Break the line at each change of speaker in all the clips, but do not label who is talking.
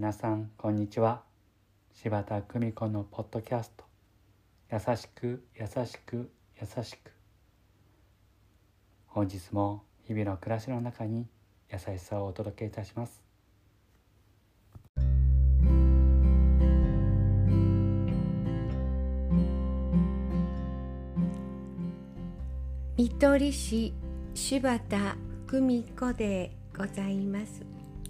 皆さんこんにちは。柴田久美子のポッドキャスト、優しく優しく優しく。本日も日々の暮らしの中に優しさをお届けいたします。
見取り師柴田久美子でございます。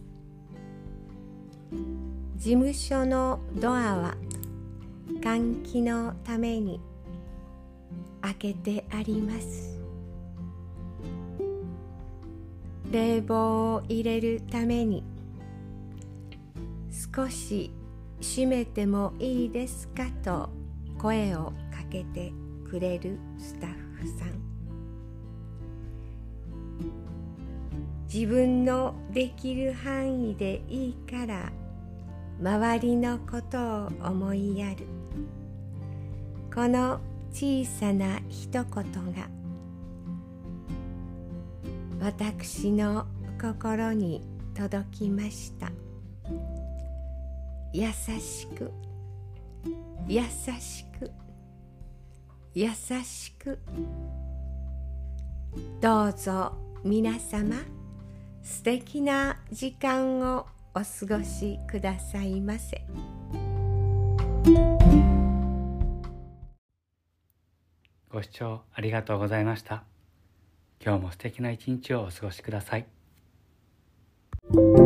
事務所のドアは換気のために開けてあります。冷房を入れるために少し閉めてもいいですかと声をかけてくれるスタッフさん。自分のできる範囲でいいから周りのことを思いやる、この小さな一言が私の心に届きました。優しく優しく優しく。どうぞ皆様、素敵な時間をお過ごしくださいませ。
ご視聴ありがとうございました。今日も素敵な一日をお過ごしください。